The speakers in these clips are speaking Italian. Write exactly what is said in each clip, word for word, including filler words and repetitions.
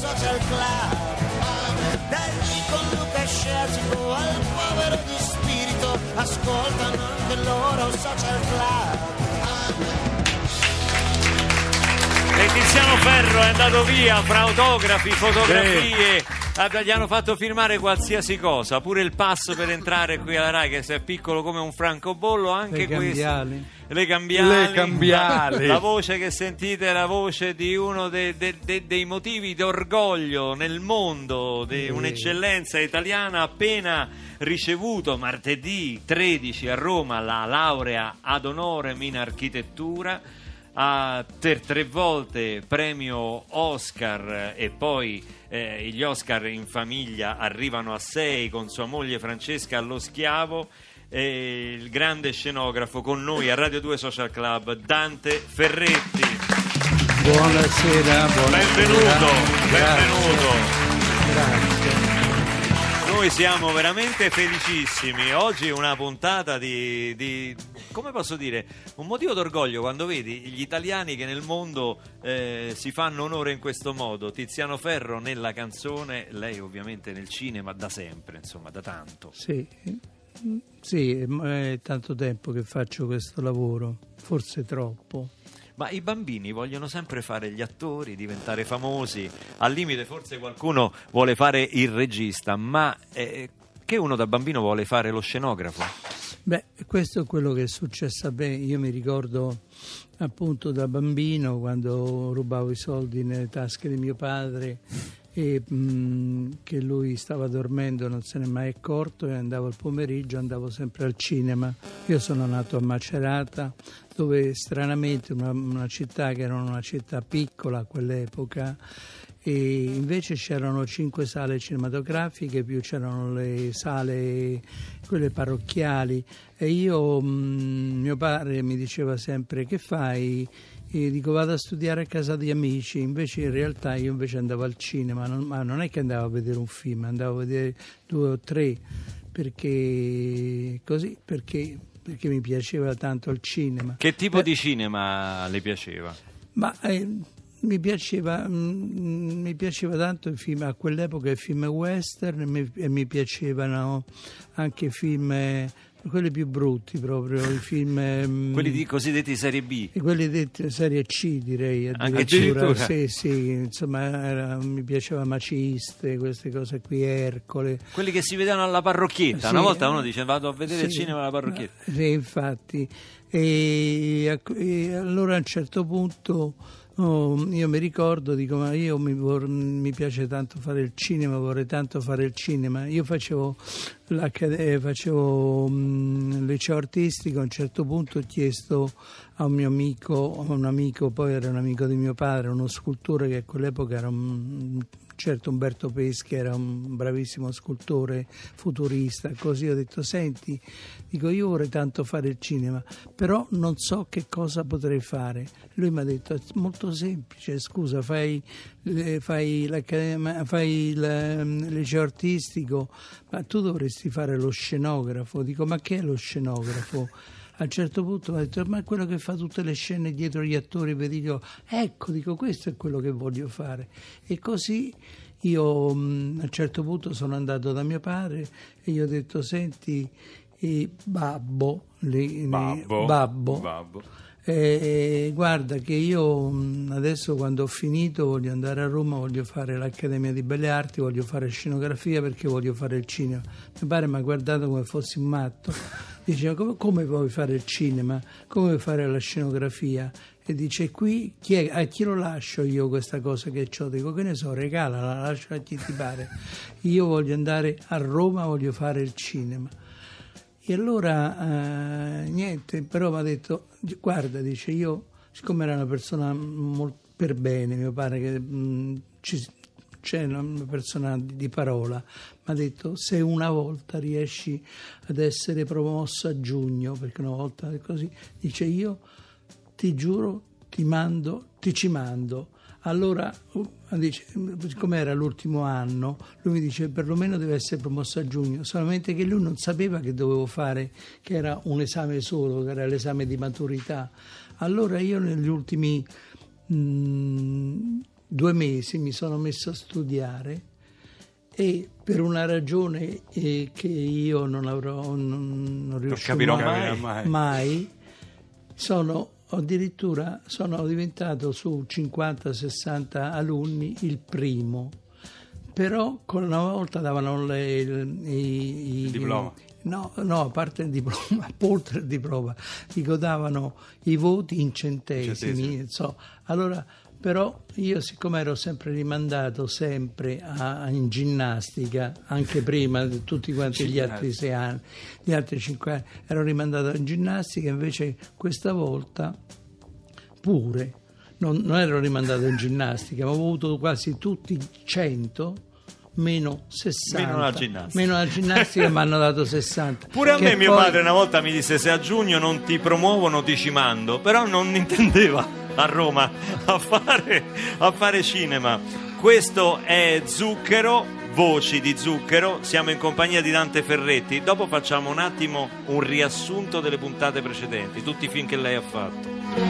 Social Club. Dagli con Luca Scetico al povero di spirito, ascoltano anche loro Social Club. E Tiziano Ferro è andato via fra autografi, fotografie, sì. Gli hanno fatto firmare qualsiasi cosa, pure il pass per entrare qui alla Rai, che se è piccolo come un francobollo, anche Le questo. cambiali. Le cambiali, Le cambiali. La, la voce che sentite è la voce di uno de, de, de, dei motivi d'orgoglio nel mondo, di sì. un'eccellenza italiana, appena ricevuto martedì tredici a Roma la laurea ad honorem in architettura, a per tre volte premio Oscar, e poi eh, gli Oscar in famiglia arrivano a sei con sua moglie Francesca allo Schiavo. E il grande scenografo con noi a Radio due Social Club, Dante Ferretti. Buonasera, buonasera. Benvenuto, Grazie. benvenuto. Grazie. Noi siamo veramente felicissimi. Oggi è una puntata di, di, come posso dire, un motivo d'orgoglio quando vedi gli italiani che nel mondo eh, si fanno onore in questo modo. Tiziano Ferro nella canzone, lei ovviamente nel cinema da sempre, insomma, da tanto. Sì. Sì, è tanto tempo che faccio questo lavoro, forse troppo. Ma i bambini vogliono sempre fare gli attori, diventare famosi, al limite forse qualcuno vuole fare il regista, ma eh, che uno da bambino vuole fare lo scenografo? Beh, questo è quello che è successo a me. Io mi ricordo appunto da bambino, quando rubavo i soldi nelle tasche di mio padre e mh, che lui stava dormendo, non se n'è mai accorto, e andavo al pomeriggio, andavo sempre al cinema. Io sono nato a Macerata, dove stranamente una, una città che era una città piccola a quell'epoca, e invece c'erano cinque sale cinematografiche, più c'erano le sale quelle parrocchiali, e io mh, mio padre mi diceva sempre: che fai? E dico: vado a studiare a casa di amici. Invece in realtà io invece andavo al cinema, non, ma non è che andavo a vedere un film, andavo a vedere due o tre, perché così, perché, perché mi piaceva tanto il cinema. Che tipo Beh, di cinema le piaceva? Ma eh, mi piaceva mh, mi piaceva tanto il film, a quell'epoca i film western, e mi, e mi piacevano anche i film, eh, quelli più brutti proprio, i film mh, Quelli di cosiddetti serie B? e quelli di serie C, direi Anche addirittura. addirittura? Sì, sì, insomma era, mi piaceva Maciste, queste cose qui, Ercole. Quelli che si vedevano alla parrocchietta. Sì, Una volta uno dice vado a vedere sì, il cinema alla parrocchietta. Sì, infatti. E, e allora a un certo punto oh, io mi ricordo, dico: ma io mi, vor, mi piace tanto fare il cinema, vorrei tanto fare il cinema. Io facevo facevo um, liceo artistico. A un certo punto ho chiesto a un mio amico, a un amico, poi era un amico di mio padre, uno scultore che a quell'epoca era un certo Umberto Peschi, era un bravissimo scultore futurista, così ho detto: senti, dico, io vorrei tanto fare il cinema, però non so che cosa potrei fare. Lui mi ha detto: è molto semplice, scusa, fai, fai, l'accademia, fai il liceo artistico, ma tu dovresti fare lo scenografo. Dico: ma che è lo scenografo? A un certo punto mi ha detto: ma è quello che fa tutte le scene dietro gli attori, vedi? Io, ecco, dico, questo è quello che voglio fare. E così io mh, a un certo punto sono andato da mio padre e gli ho detto: senti, eh, babbo, le, Babbo, babbo, babbo. Eh, guarda che io mh, adesso, quando ho finito, voglio andare a Roma, voglio fare l'Accademia di Belle Arti, voglio fare scenografia perché voglio fare il cinema. Mio padre mi ha guardato come fossi un matto. Diceva: come, come vuoi fare il cinema? Come vuoi fare la scenografia? E dice: qui chi è, a chi lo lascio io questa cosa che ho? Dico: che ne so, regalala, lascia a chi ti pare. Io voglio andare a Roma, voglio fare il cinema. E allora eh, niente, però mi ha detto: guarda, dice, io, siccome era una persona molto per bene, mio padre, che mh, ci, c'è una persona di, di parola, mi ha detto: se una volta riesci ad essere promosso a giugno, perché una volta è così, dice, io ti giuro, ti mando, ti ci mando. Allora, dice, siccome era l'ultimo anno, lui mi dice: perlomeno deve essere promosso a giugno, solamente che lui non sapeva che dovevo fare, che era un esame solo, che era l'esame di maturità. Allora io negli ultimi mh, due mesi mi sono messo a studiare e per una ragione eh, che io non avrò non, non riuscirò capirò mai, mai. mai sono addirittura sono diventato su cinquanta sessanta alunni il primo, però con una volta davano le, il, i, il diploma. No, no, a parte il diploma, oltre il diploma, dico, davano i voti in centesimi, so. Allora, però io, siccome ero sempre rimandato sempre a, in ginnastica, anche prima di tutti quanti gli altri sei anni, gli altri cinque anni, ero rimandato in ginnastica, invece questa volta pure non, non ero rimandato in ginnastica, ma ho avuto quasi tutti cento. Meno sessanta, meno la ginnastica, meno la ginnastica mi hanno dato sessanta. Pure a che me mio poi... padre una volta mi disse: se a giugno non ti promuovono ti ci mando, però non intendeva a Roma a fare, a fare cinema. Questo è Zucchero, Voci di Zucchero, siamo in compagnia di Dante Ferretti. Dopo facciamo un attimo un riassunto delle puntate precedenti, tutti i film che lei ha fatto.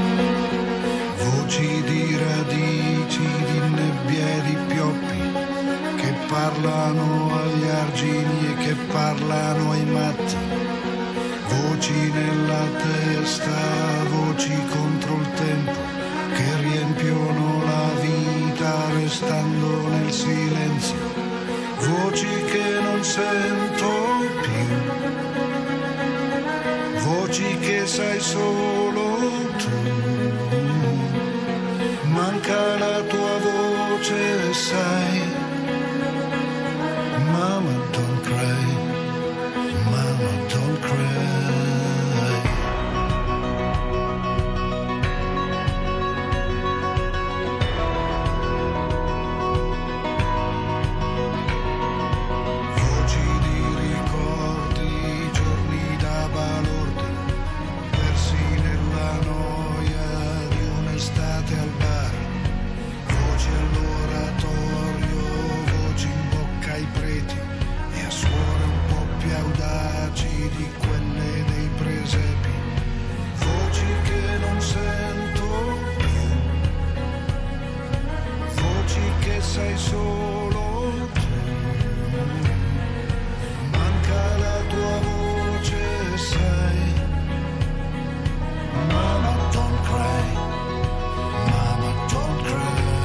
Voci di radici, di nebbie e di pioppi che parlano agli argini e che parlano ai matti, voci nella testa, voci contro il tempo che riempiono la vita restando nel silenzio, voci che non sento più, voci che sai solo tu, manca la tua voce, sai. Mama, don't cry. Mama, don't cry. Voci di ricordi, giorni da balordi, persi nella noia di un'estate al bar, voci all'oratorio, voci in bocca ai preti e a suore un po' più audaci di quelle dei presepi, voci che non sento più, voci che sai solo tu, manca la tua voce, sai. Mama, don't cry. Mama, don't cry.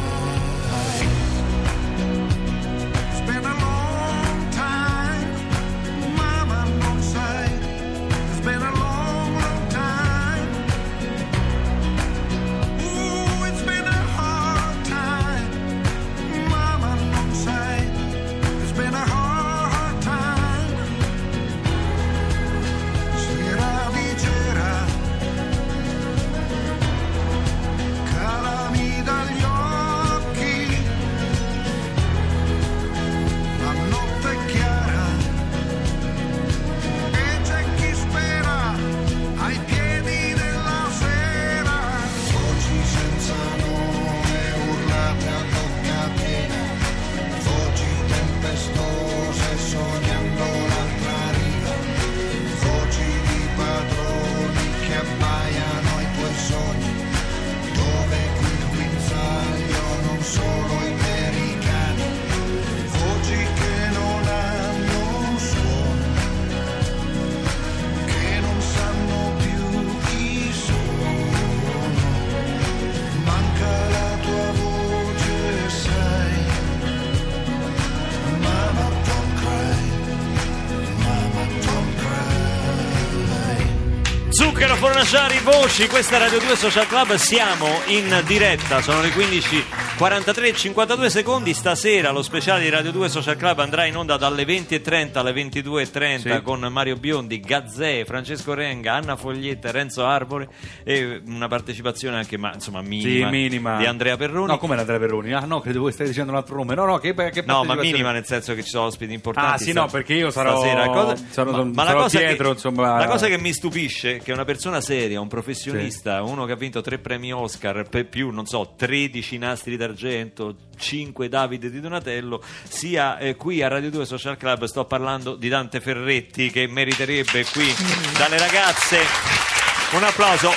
It's been a long time, Mama, non sai. It's been a long, long time. Ooh, it's been a hard time, Mama, non sai. It's been a hard, hard time. Sera di cera, calami dagli occhi, la notte è chiara e c'è chi spera ai piedi della sera, voci senza nome urlate a bocca piena, voci tempestose sognando l'altra riva, voci di padroni che abbaiano ai tuoi sogni, dove qui il guinzaglio non solo i veri cani, voci che non hanno suono, che non sanno più chi sono, manca la tua voce, sai. Mama, don't cry. Mama, don't cry. Zucchero, Fornaciari, Voci, questa è Radio due Social Club, siamo in diretta, sono le quindici e quarantatré e cinquantadue secondi, stasera lo speciale di Radio due Social Club andrà in onda dalle venti e trenta alle ventidue e trenta Sì. con Mario Biondi, Gazzè, Francesco Renga, Anna Foglietta, Renzo Arbore e una partecipazione anche ma, insomma minima, Sì, minima. di Andrea Perroni. No, come Andrea Perroni? Ah no, credo voi stai dicendo un altro nome. No, no, che, che No, ma partecipazione- minima nel senso che ci sono ospiti importanti. Ah, sì, sta- no, perché io sarò- stasera. Cosa- sarò- ma, ma la sarò cosa dietro, che, insomma. La cosa che mi stupisce è che una persona seria, un professionista, uno che ha vinto tre premi Oscar, per più, non so, tredici nastri d'argento, cinque Davide di Donatello, sia eh, qui a Radio due Social Club. Sto parlando di Dante Ferretti, che meriterebbe qui dalle ragazze un applauso.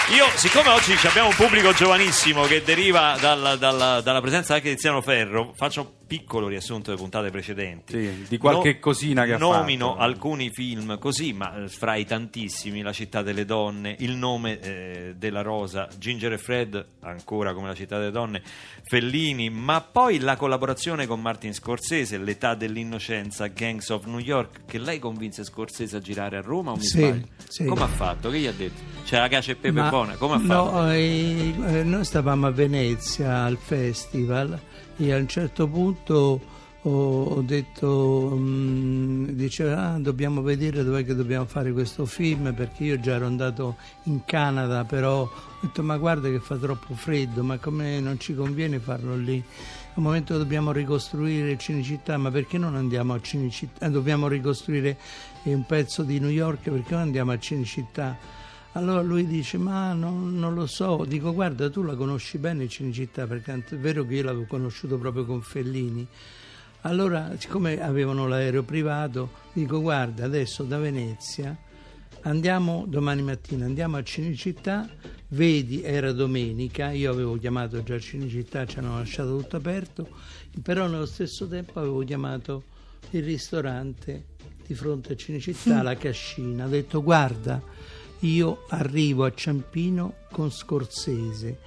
Io, siccome oggi abbiamo un pubblico giovanissimo che deriva dalla, dalla, dalla presenza anche di Tiziano Ferro, faccio un piccolo riassunto delle puntate precedenti. Sì, di qualche No, cosina che ha nomino fatto. alcuni film così, ma eh, fra i tantissimi: La città delle donne, Il nome eh, della rosa, Ginger e Fred, ancora come La città delle donne, Fellini, ma poi la collaborazione con Martin Scorsese, L'età dell'innocenza, Gangs of New York, che lei convinse Scorsese a girare a Roma, o mi Sì, sbaglio? sì. Come ha fatto? Che gli ha detto? C'è la cacio e pepe Ma- buona, come ha fatto? No, eh, eh, noi stavamo a Venezia al festival e a un certo punto ho, ho detto, mh, diceva, ah, dobbiamo vedere dov'è che dobbiamo fare questo film, perché io già ero andato in Canada, però ho detto, ma guarda che fa troppo freddo, ma come non ci conviene farlo lì? Al momento dobbiamo ricostruire Cinecittà, ma perché non andiamo a Cinecittà? Dobbiamo ricostruire un pezzo di New York, perché non andiamo a Cinecittà? Allora lui dice, ma non, non lo so, dico, guarda, tu la conosci bene Cinecittà, perché è vero che io l'avevo conosciuto proprio con Fellini. Allora, siccome avevano l'aereo privato, dico, guarda, adesso da Venezia andiamo domani mattina, andiamo a Cinecittà, vedi, era domenica, io avevo chiamato già a Cinecittà, ci hanno lasciato tutto aperto, però nello stesso tempo avevo chiamato il ristorante di fronte a Cinecittà, la Cascina, ho detto, guarda, io arrivo a Ciampino con Scorsese,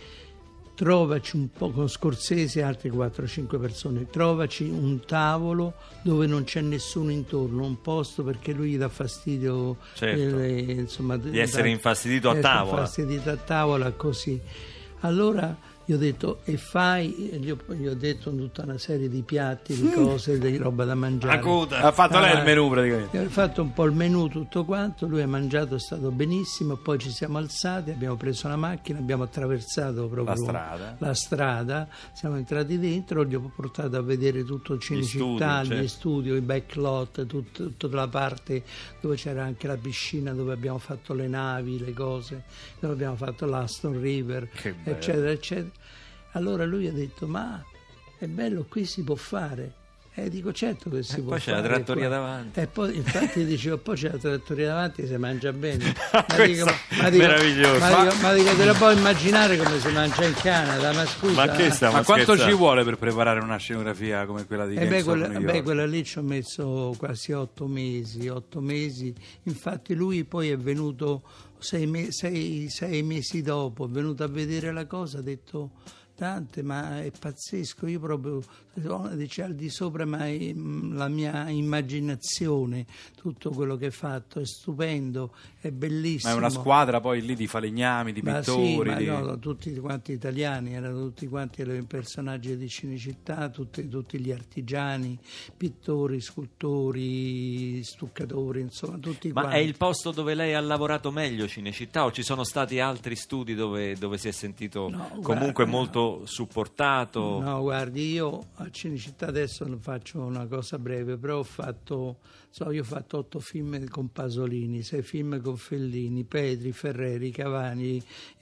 trovaci un po' con Scorsese e altre quattro cinque persone, trovaci un tavolo dove non c'è nessuno intorno, un posto, perché lui gli dà fastidio, Certo. eh, insomma, Di essere infastidito a essere tavola. infastidito a tavola, così. Allora gli ho detto, e fai, gli ho, gli ho detto tutta una serie di piatti, di cose, di roba da mangiare. La coda. Ha fatto lei Ah, il menù praticamente. Ho fatto un po' il menù, tutto quanto, lui ha mangiato, è stato benissimo, poi ci siamo alzati, abbiamo preso la macchina, abbiamo attraversato proprio La strada. la strada, siamo entrati dentro, gli ho portato a vedere tutto Cinecittà, studi, gli certo. studi, i backlot, tut- tutta la parte dove c'era anche la piscina, dove abbiamo fatto le navi, le cose, dove abbiamo fatto l'Aston River, Che bello. eccetera, eccetera. Allora lui ha detto, ma è bello, qui si può fare. E dico, certo che si E può poi c'è fare la trattoria qua. davanti. E poi infatti dicevo, poi c'è la trattoria davanti, si mangia bene. Questo è meraviglioso. Ma, dico, ma dico, te lo puoi immaginare come si mangia in Canada? Ma scusa. Ma che eh. stiamo Ma quanto scherzando? ci vuole per preparare una scenografia come quella di E beh Gangs of quella, New beh, York? quella lì ci ho messo quasi otto mesi, otto mesi. Infatti lui poi è venuto sei, me- sei- sei mesi dopo, è venuto a vedere la cosa, ha detto, Dante, ma è pazzesco, io proprio, dice, al di sopra, ma è, mh, la mia immaginazione, tutto quello che hai fatto è stupendo, è bellissimo. Ma è una squadra poi lì di falegnami, di Ma sì, pittori. ma di... no, no, tutti quanti italiani, erano tutti quanti i personaggi di Cinecittà, tutti, tutti gli artigiani, pittori, scultori, stuccatori, insomma, tutti Ma quanti. è il posto dove lei ha lavorato meglio, Cinecittà, o ci sono stati altri studi dove, dove si è sentito No, comunque guarda, molto supportato? No, guardi, io a Cinecittà adesso non faccio una cosa breve, però ho fatto, so, io ho fatto otto film con Pasolini, sei film con Fellini, Petri, Ferreri, Cavani,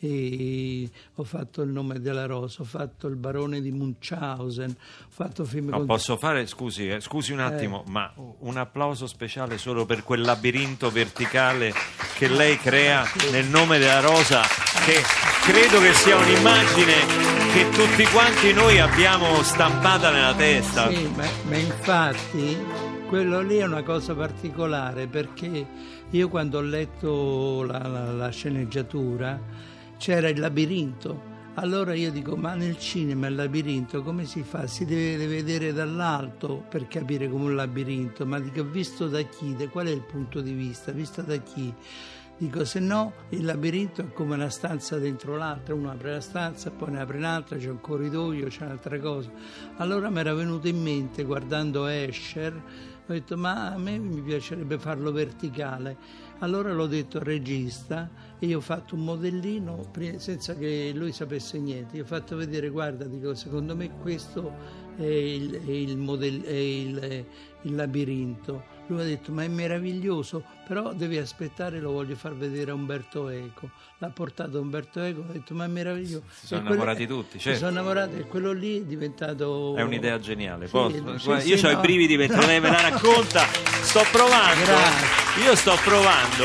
e ho fatto Il nome della rosa, ho fatto Il barone di Munchausen, ho fatto film No, con... posso fare, scusi, eh, scusi un attimo, ma un applauso speciale solo per quel labirinto verticale che lei crea nel nome della rosa, che credo che sia un'immagine che tutti quanti noi abbiamo stampata nella testa. Sì, ma, ma infatti quello lì è una cosa particolare, perché io quando ho letto la, la, la sceneggiatura c'era il labirinto. Allora io dico, ma nel cinema il labirinto come si fa? Si deve vedere dall'alto per capire come un labirinto, ma dico, visto da chi? Da qual è il punto di vista? Visto da chi? Dico, se no il labirinto è come una stanza dentro l'altra, uno apre la stanza, poi ne apre un'altra, c'è un corridoio, c'è un'altra cosa. Allora mi era venuto in mente, guardando Escher, ho detto, ma a me mi piacerebbe farlo verticale. Allora l'ho detto al regista e io ho fatto un modellino senza che lui sapesse niente. Gli ho fatto vedere, guarda, dico, secondo me questo è il, è il, modell- è il, il labirinto. Lui ha detto, ma è meraviglioso, però devi aspettare, lo voglio far vedere a Umberto Eco. L'ha portato Umberto Eco, ha detto, ma è meraviglioso. Si sono E quello- innamorati tutti, Si certo. sono innamorati e quello lì è diventato... È un'idea geniale. Sì, Posso- sì, guarda, sì, io ho no. i brividi mentre lei me la racconta. Sto provando. Grazie. Io sto provando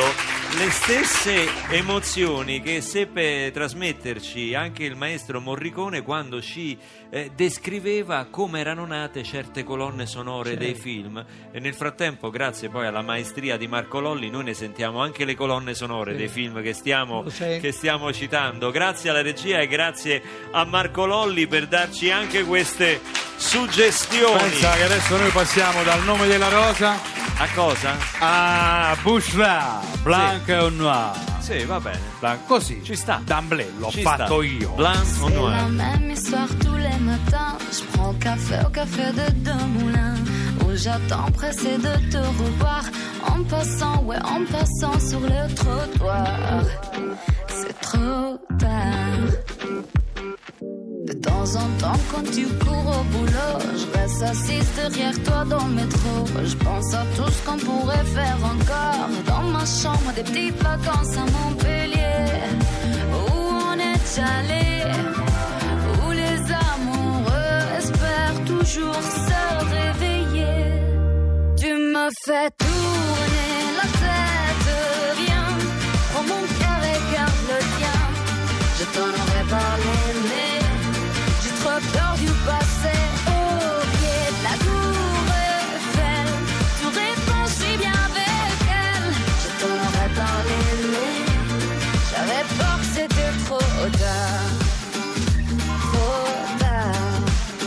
le stesse emozioni che seppe trasmetterci anche il maestro Morricone quando ci eh, descriveva come erano nate certe colonne sonore Certo. dei film, e nel frattempo, grazie poi alla maestria di Marco Lolli, noi ne sentiamo anche le colonne sonore Sì. dei film che stiamo, Lo sai. che stiamo citando. Grazie alla regia e grazie a Marco Lolli per darci anche queste suggestioni. Pensa che adesso noi passiamo dal nome della rosa A cosa? a Bushra, Blanc o Noir. Sì, va bene. Blanc- così, Ci sta. d'amblè, l'ho Ci fatto sta. io. Blanc o C'est la noir? même histoire tous les matins. Je prends le café au café de deux moulins, où j'attends pressé de te revoir. En passant, ouais, en passant sur le trottoir. C'est trop tard. De temps en temps, quand tu cours au boulot, je reste assise derrière toi dans le métro. Je pense à tout ce qu'on pourrait faire encore. Dans ma chambre, des petites vacances à Montpellier, où on est allé, où les amoureux espèrent toujours se réveiller. Tu me fais tourner la tête, viens, prends mon cœur et garde le tien. Je t'en aurais parlé, mais j'ai trop peur du passé. Au pied de la tour Eiffel, tu réponds si bien avec elle. Je t'en aurais parlé, mais j'avais peur que c'était trop tard. Trop tard.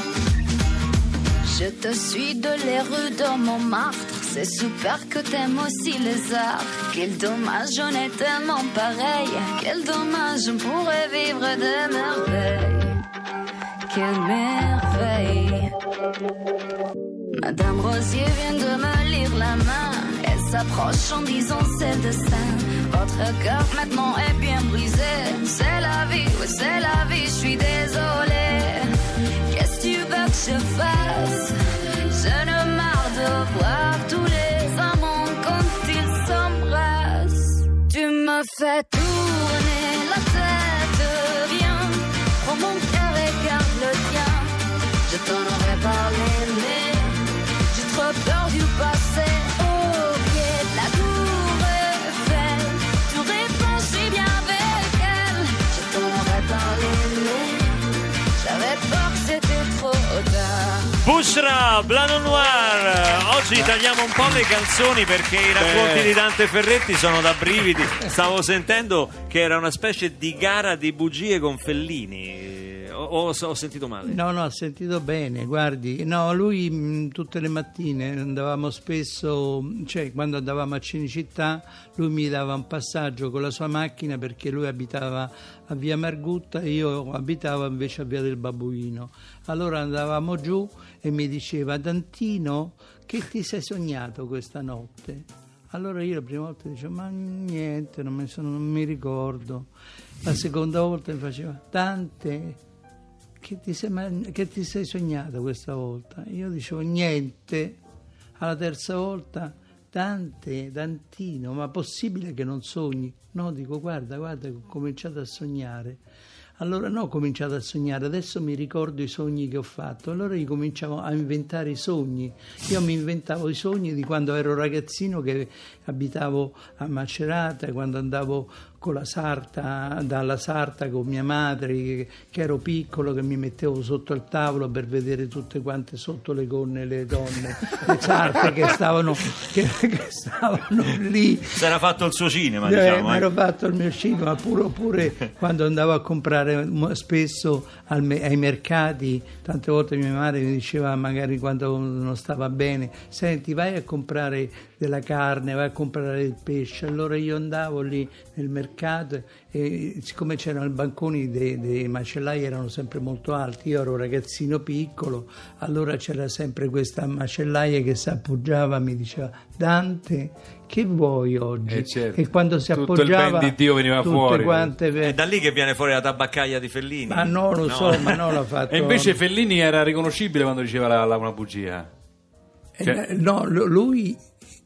Je te suis de les rues de Montmartre. C'est super que t'aimes aussi les arts. Quel dommage, on est tellement pareil. Quel dommage, on pourrait vivre des merveilles. Quelle merveille. Madame Rosier vient de me lire la main. Elle s'approche en disant c'est le destin. Votre cœur maintenant est bien brisé. C'est la vie, oui c'est la vie, je suis désolée. Qu'est-ce que tu veux que je fasse? Je ne marre de voir tous les amants quand ils s'embrassent. Tu me fais tourner la tête, viens, prends mon cœur et garde le tien. Je t'en aurais parlé, mais j'ai trop peur du passé. Au pied de la tour Eiffel, tu réponds si bien avec elle. Je t'en aurais parlé, mais j'avais peur que c'était trop tard. Bushra, Blanc o Noir. Oggi tagliamo un po' le canzoni perché i racconti di Dante Ferretti sono da brividi. Stavo sentendo che era una specie di gara di bugie con Fellini. O, o ho sentito male? No, no, ho sentito bene, guardi, no, lui mh, tutte le mattine andavamo spesso, cioè quando andavamo a Cinecittà, lui mi dava un passaggio con la sua macchina perché lui abitava a Via Margutta e io abitavo invece a Via del Babbuino. Allora andavamo giù e mi diceva: Dantino, che ti sei sognato questa notte? Allora io la prima volta dicevo: ma niente, non mi, sono, non mi ricordo. La seconda volta mi faceva: Dante, che ti sei, che ti sei sognato questa volta? Io dicevo: niente. Alla terza volta: Dante, Dantino, ma possibile che non sogni? No, dico: guarda, guarda, ho cominciato a sognare. Allora no, ho cominciato a sognare, adesso mi ricordo i sogni che ho fatto. Allora io cominciavo a inventare i sogni. Io mi inventavo i sogni di quando ero ragazzino, che abitavo a Macerata, quando andavo con la sarta, dalla sarta con mia madre, che, che ero piccolo, che mi mettevo sotto il tavolo per vedere tutte quante sotto le gonne le donne, le sarte che stavano, che, che stavano lì. Si era fatto il suo cinema, Eh, diciamo. mi eh. ero fatto il mio cinema, pure, oppure quando andavo a comprare mo- spesso al me- ai mercati, tante volte mia madre mi diceva, magari quando non stava bene: senti, vai a comprare della carne, vai a comprare il pesce. Allora io andavo lì nel mercato e siccome c'erano i banconi dei, dei macellai erano sempre molto alti, io ero un ragazzino piccolo, allora c'era sempre questa macellaia che si appoggiava, mi diceva: Dante, che vuoi oggi? Eh, certo. E quando si Tutto il appoggiava ben di Dio veniva tutte fuori. quante, È da lì che viene fuori la tabaccaia di Fellini. ma no, lo No. so, ma non l'ha fatto. E invece Fellini era riconoscibile quando diceva la, la- una bugia. cioè- Eh, no, lo- lui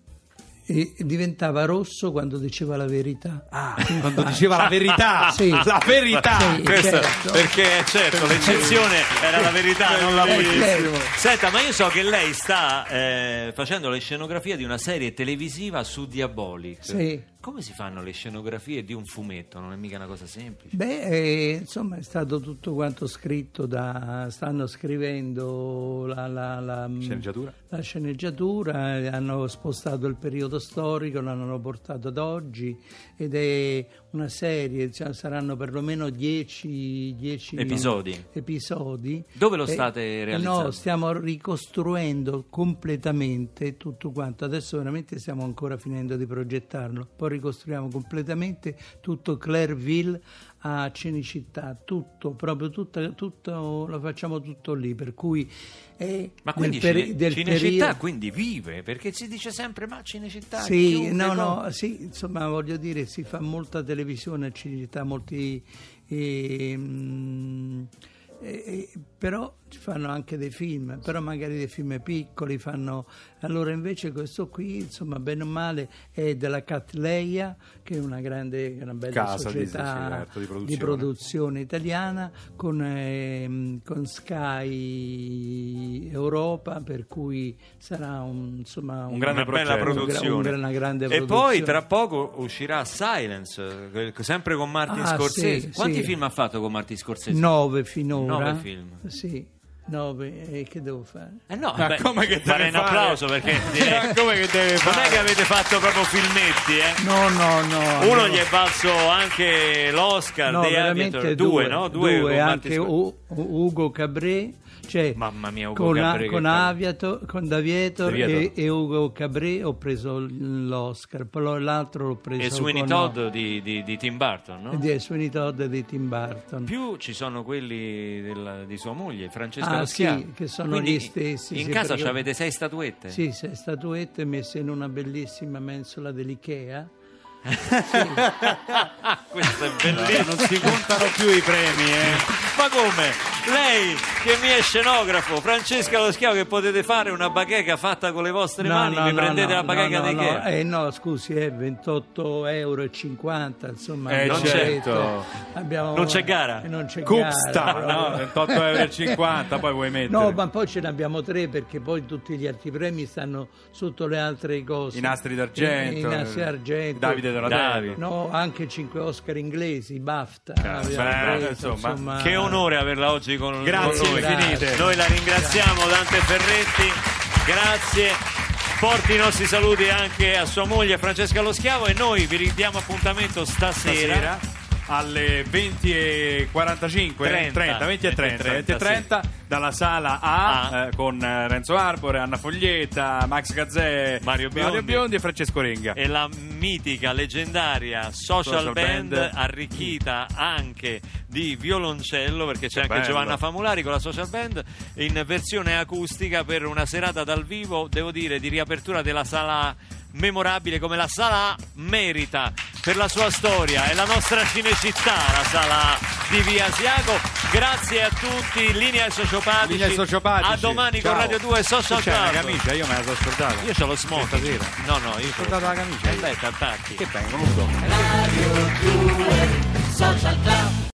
eh, diventava rosso quando diceva la verità. Ah, quando diceva la verità. Sì. La verità. Sì, Questo certo. perché certo l'eccezione era la verità, non la Eh, bugia. certo. Senta, ma io so che lei sta eh, facendo le scenografie di una serie televisiva su Diabolic. Sì. come si fanno le scenografie di un fumetto? Non è mica una cosa semplice. Beh, eh, insomma, è stato tutto quanto scritto da... stanno scrivendo la, la, la, Sceneggiatura? la sceneggiatura, eh, hanno spostato il periodo storico, l'hanno portato ad oggi ed è una serie, cioè, saranno perlomeno dieci, dieci Episodi. episodi. Dove lo Eh, state realizzando? No, stiamo ricostruendo completamente tutto quanto. Adesso veramente stiamo ancora finendo di progettarlo. Poi ricostruiamo completamente tutto Clairville a Cinecittà, tutto, proprio tutto, tutto, lo facciamo tutto lì, per cui è Ma quindi del peri- Cine- del Cinecittà periodo- quindi vive, perché si dice sempre ma Cinecittà Sì, chiunque no, no. no, sì, insomma, voglio dire, si fa molta televisione a Cinecittà, molti ehm, eh, eh, però ci fanno anche dei film, però magari dei film piccoli fanno. Allora invece questo qui, insomma, bene o male è della Catleya, che è una grande, una bella Casa, società dice, certo, di produzione. di produzione italiana con, ehm, con Sky Europa, per cui sarà un, insomma, Un grande Una bella progetto. produzione. Un gra- una grande e produzione. poi tra poco uscirà Silence, eh, sempre con Martin Ah, Scorsese. sì, Quanti sì. film ha fatto con Martin Scorsese? Nove finora. Nove film. Sì, nove. E che devo fare? Eh no, Ma beh, come che farei deve un fare? applauso perché direi, Ma come che deve non fare? è che avete fatto proprio filmetti, eh? No, no, no. Uno no. gli è valso anche l'Oscar, No, The veramente Aviator, due, due, no? Due, con anche Martin Scorsese. U- U- Ugo Cabré, cioè Mamma mia, Ugo con, Cabré, che con bello. Aviator, con Daviator e, Daviator. e Ugo Cabré ho preso l'Oscar, poi l'altro l'ho preso E Sweeney con Todd di, di, di Tim Burton, no? di Sweeney Todd di Tim Burton. Più ci sono quelli della- di sua moglie, Francesca Ah, Lo Schiavo. sì, che sono Quindi gli stessi, In sì, casa perché- avete sei statuette? Sì, sei statuette messe in una bellissima mensola dell'Ikea. Questo è bellissimo. Non si contano più i premi, eh. Ma come? Lei che mi è scenografo, Francesca Lo Schiavo, che potete fare una bacheca fatta con le vostre mani, mi prendete la bacheca no, di no, Ikea? eh, no, scusi, è ventotto euro e cinquanta, insomma. Eh, abbiamo certo. detto, abbiamo- Non c'è gara? eh, Non c'è Cupsta, gara. no? ventotto euro e cinquanta, poi vuoi mettere No, ma poi ce ne abbiamo tre, perché poi tutti gli altri premi stanno sotto le altre cose. i nastri d'argento, I, i nastri d'argento. Davide Donatello. Davide. No, anche cinque Oscar inglesi, BAFTA. abbiamo beh, preso, insomma, Che onore averla oggi con, Grazie, con noi. infinite. Noi la ringraziamo, Dante Ferretti, grazie. Porti i nostri saluti anche a sua moglie Francesca Lo Schiavo e noi vi ridiamo appuntamento stasera. Stasera alle venti e quarantacinque, trenta. trenta, venti e trenta, venti e trenta dalla sala A, A. eh, con eh, Renzo Arbore, Anna Foglietta, Max Gazzè, Mario Biondi. Biondi e Francesco Renga. E la mitica, leggendaria social, Social band, band. arricchita anche di violoncello, perché c'è anche bello. Giovanna Famulari con la social band in versione acustica per una serata dal vivo, devo dire, di riapertura della sala memorabile come la Sala A merita per la sua storia. È la nostra Cinecittà, la Sala A di Via Asiago. Grazie a tutti, linea ai sociopatici. Linea ai sociopatici. A domani Ciao. con Radio due Social C'è una Club. camicia, io me la sono scordata. Io c'ho lo smoking. Stasera. No, no, io c'ho scordata la camicia. Eh beh, t'attacchi. Che tengo, non so. Radio due Social Club.